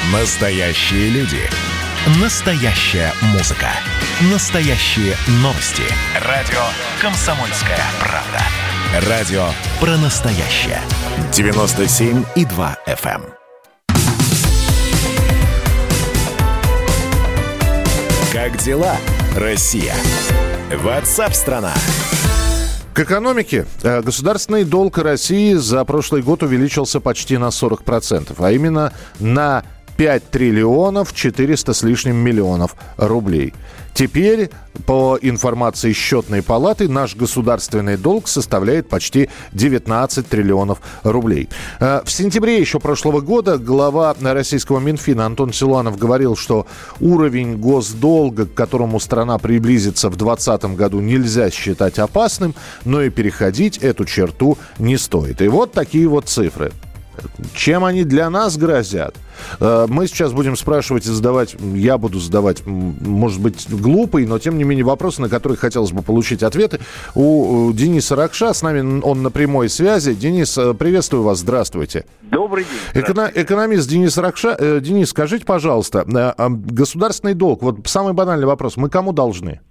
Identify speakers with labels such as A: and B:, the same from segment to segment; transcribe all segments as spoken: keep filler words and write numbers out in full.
A: Настоящие люди. Настоящая музыка. Настоящие новости. Радио «Комсомольская правда». Радио про настоящее. девяносто семь и два эф эм. Как дела, Россия? Ватсап-страна!
B: К экономике. Государственный долг России за прошлый год увеличился почти на сорок процентов, а именно на пять триллионов четыреста с лишним миллионов рублей. Теперь, по информации Счетной палаты, наш государственный долг составляет почти девятнадцать триллионов рублей. В сентябре еще прошлого года глава российского Минфина Антон Силуанов говорил, что уровень госдолга, к которому страна приблизится в двадцатом году, нельзя считать опасным, но и переходить эту черту не стоит. И вот такие вот цифры. Чем они для нас грозят? Мы сейчас будем спрашивать и задавать, я буду задавать, может быть, глупые, но, тем не менее, вопросы, на которые хотелось бы получить ответы у Дениса Ракша. С нами он на прямой связи. Денис, приветствую вас, здравствуйте.
C: Добрый день.
B: Эко- экономист Денис Ракша. Денис, скажите, пожалуйста, государственный долг, вот самый банальный вопрос, мы кому должны?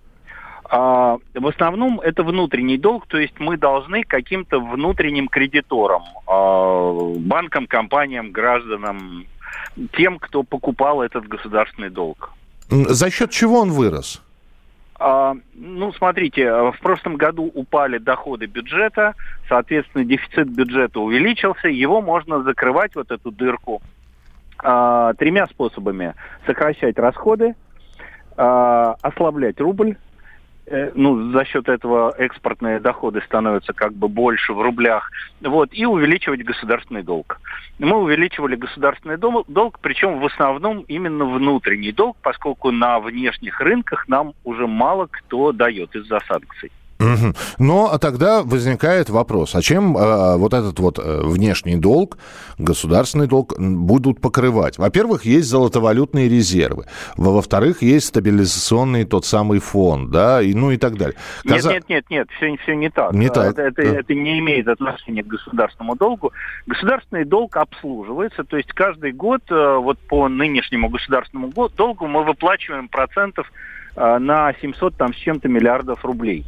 C: А, в основном это внутренний долг, то есть мы должны каким-то внутренним кредиторам, а, банкам, компаниям, гражданам, тем, кто покупал этот государственный долг.
B: За счет чего он вырос?
C: А, ну, смотрите, в прошлом году упали доходы бюджета, соответственно, дефицит бюджета увеличился, его можно закрывать, вот эту дырку, а, тремя способами. Сокращать расходы, а, ослаблять рубль. Ну, за счет этого экспортные доходы становятся как бы больше в рублях, вот, и увеличивать государственный долг. Мы увеличивали государственный долг, причем в основном именно внутренний долг, поскольку на внешних рынках нам уже мало кто дает из-за санкций.
B: Угу. Но тогда возникает вопрос, а чем э, вот этот вот э, внешний долг, государственный долг будут покрывать? Во-первых, есть золотовалютные резервы, во-вторых, есть стабилизационный тот самый фонд, да, и, ну и так далее.
C: Каза... Нет, нет, нет, нет, все, все не так.
B: Не так.
C: Это, это, это не имеет отношения к государственному долгу. Государственный долг обслуживается, то есть каждый год э, вот по нынешнему государственному долгу мы выплачиваем процентов э, на семьсот там с чем-то миллиардов рублей.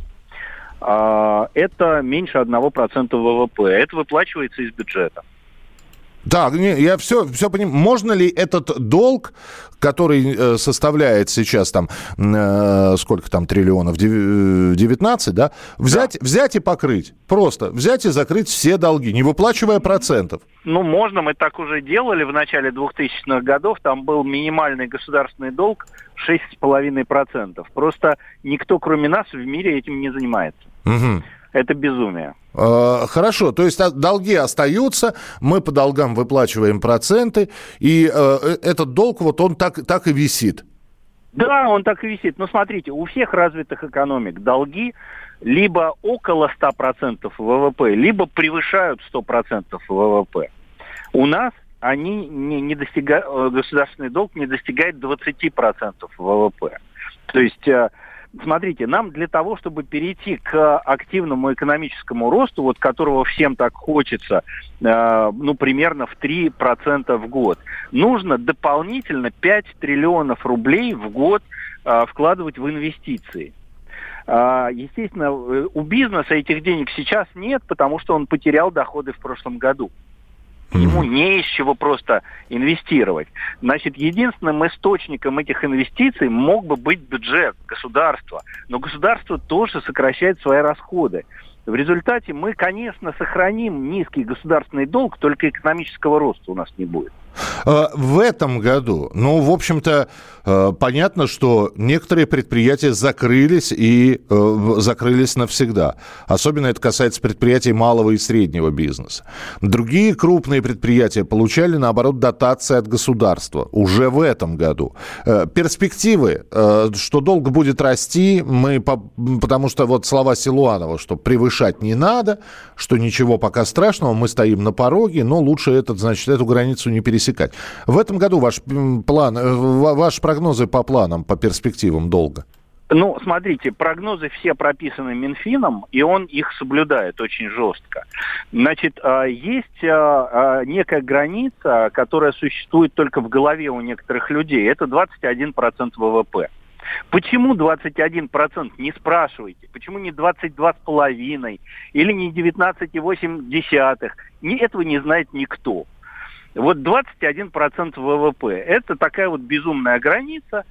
C: Это меньше одного процента ВВП. Это выплачивается из бюджета.
B: Так, я все, все понимаю. Можно ли этот долг, который э, составляет сейчас там, э, сколько там триллионов, девятнадцать, да, взять, да. взять и покрыть? Просто взять и закрыть все долги, не выплачивая процентов?
C: Ну, можно, мы так уже делали в начале двухтысячных годов. Там был минимальный государственный долг шесть целых пять десятых процента. Просто никто, кроме нас, в мире этим не занимается.
B: Угу.
C: Это безумие.
B: Хорошо, то есть долги остаются, мы по долгам выплачиваем проценты, и э, этот долг, вот он так, так и висит.
C: Да, он так и висит. Но смотрите, у всех развитых экономик долги либо около ста процентов ВВП, либо превышают сто процентов ВВП. У нас они не, не достигают, государственный долг не достигает двадцати процентов ВВП. То есть... Смотрите, нам для того, чтобы перейти к активному экономическому росту, вот которого всем так хочется, э, ну, примерно в три процента в год, нужно дополнительно пять триллионов рублей в год э, вкладывать в инвестиции. Э, естественно, у бизнеса этих денег сейчас нет, потому что он потерял доходы в прошлом году. Ему не из чего просто инвестировать. Значит, единственным источником этих инвестиций мог бы быть бюджет государства. Но государство тоже сокращает свои расходы. В результате мы, конечно, сохраним низкий государственный долг, только экономического роста у нас не будет.
B: В этом году, ну, в общем-то, понятно, что некоторые предприятия закрылись и э, закрылись навсегда. Особенно это касается предприятий малого и среднего бизнеса. Другие крупные предприятия получали, наоборот, дотации от государства уже в этом году. Э, перспективы, э, что долг будет расти, мы, по, потому что вот слова Силуанова, что превышать не надо, что ничего пока страшного, мы стоим на пороге, но лучше этот, значит, эту границу не пересекать. В этом году ваш план, ваши прогнозы по планам, по перспективам долга?
C: Ну, смотрите, прогнозы все прописаны Минфином, и он их соблюдает очень жестко. Значит, есть некая граница, которая существует только в голове у некоторых людей. Это двадцать один процент ВВП. Почему двадцать один процент, не спрашивайте. Почему не двадцать два с половиной или не девятнадцать целых восемь десятых? Этого не знает никто. Вот двадцать один процент ВВП. Это такая вот безумная граница.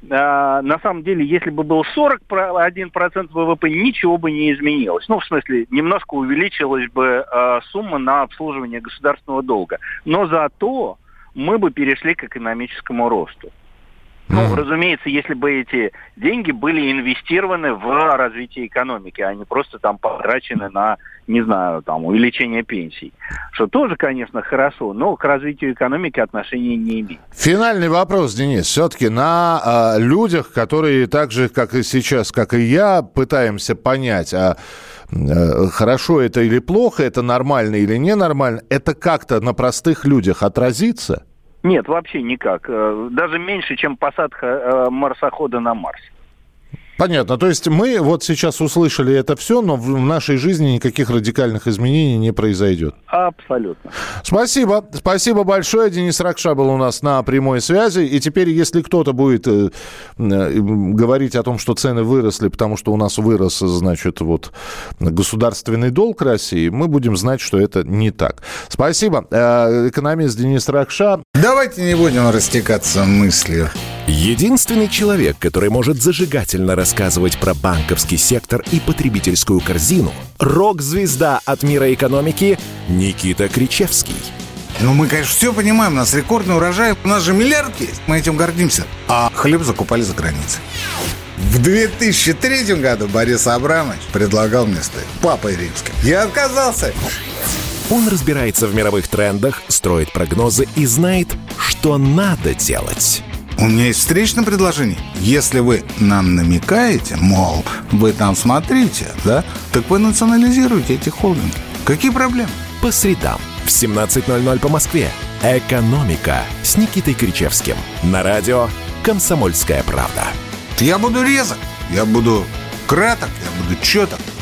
C: На самом деле, если бы был сорок один процент ВВП, ничего бы не изменилось. Ну, в смысле, немножко увеличилась бы э, сумма на обслуживание государственного долга. Но зато мы бы перешли к экономическому росту. Ну, mm-hmm. разумеется, если бы эти деньги были инвестированы в развитие экономики, а не просто там потрачены на, не знаю, там, увеличение пенсий. Что тоже, конечно, хорошо, но к развитию экономики отношения не имеет.
B: Финальный вопрос, Денис. Все-таки на э, людях, которые так же, как и сейчас, как и я, пытаемся понять, а э, хорошо это или плохо, это нормально или ненормально, это как-то на простых людях отразится?
C: Нет, вообще никак. Даже меньше, чем посадка марсохода на Марс.
B: Понятно. То есть мы вот сейчас услышали это все, но в нашей жизни никаких радикальных изменений не произойдет.
C: Абсолютно.
B: Спасибо. Спасибо большое. Денис Ракша был у нас на прямой связи. И теперь, если кто-то будет э, э, говорить о том, что цены выросли, потому что у нас вырос, значит, вот государственный долг России, мы будем знать, что это не так. Спасибо. Э, экономист Денис Ракша.
D: Давайте не будем растекаться мыслью.
A: Единственный человек, который может зажигательно рассказывать про банковский сектор и потребительскую корзину, рок-звезда от мира экономики Никита Кричевский.
D: Ну, мы, конечно, все понимаем, у нас рекордный урожай, у нас же миллиард есть, мы этим гордимся. А хлеб закупали за границей. В две тысячи третьем году Борис Абрамович предлагал мне стать папой римским. Я отказался.
A: Он разбирается в мировых трендах, строит прогнозы и знает, что надо делать.
D: У меня есть встречное предложение. Если вы нам намекаете, мол, вы там смотрите, да, так вы национализируете эти холдинги. Какие проблемы?
A: По средам в семнадцать ноль ноль по Москве. «Экономика» с Никитой Кричевским. На радио «Комсомольская правда».
D: Я буду резок, я буду краток, я буду четок.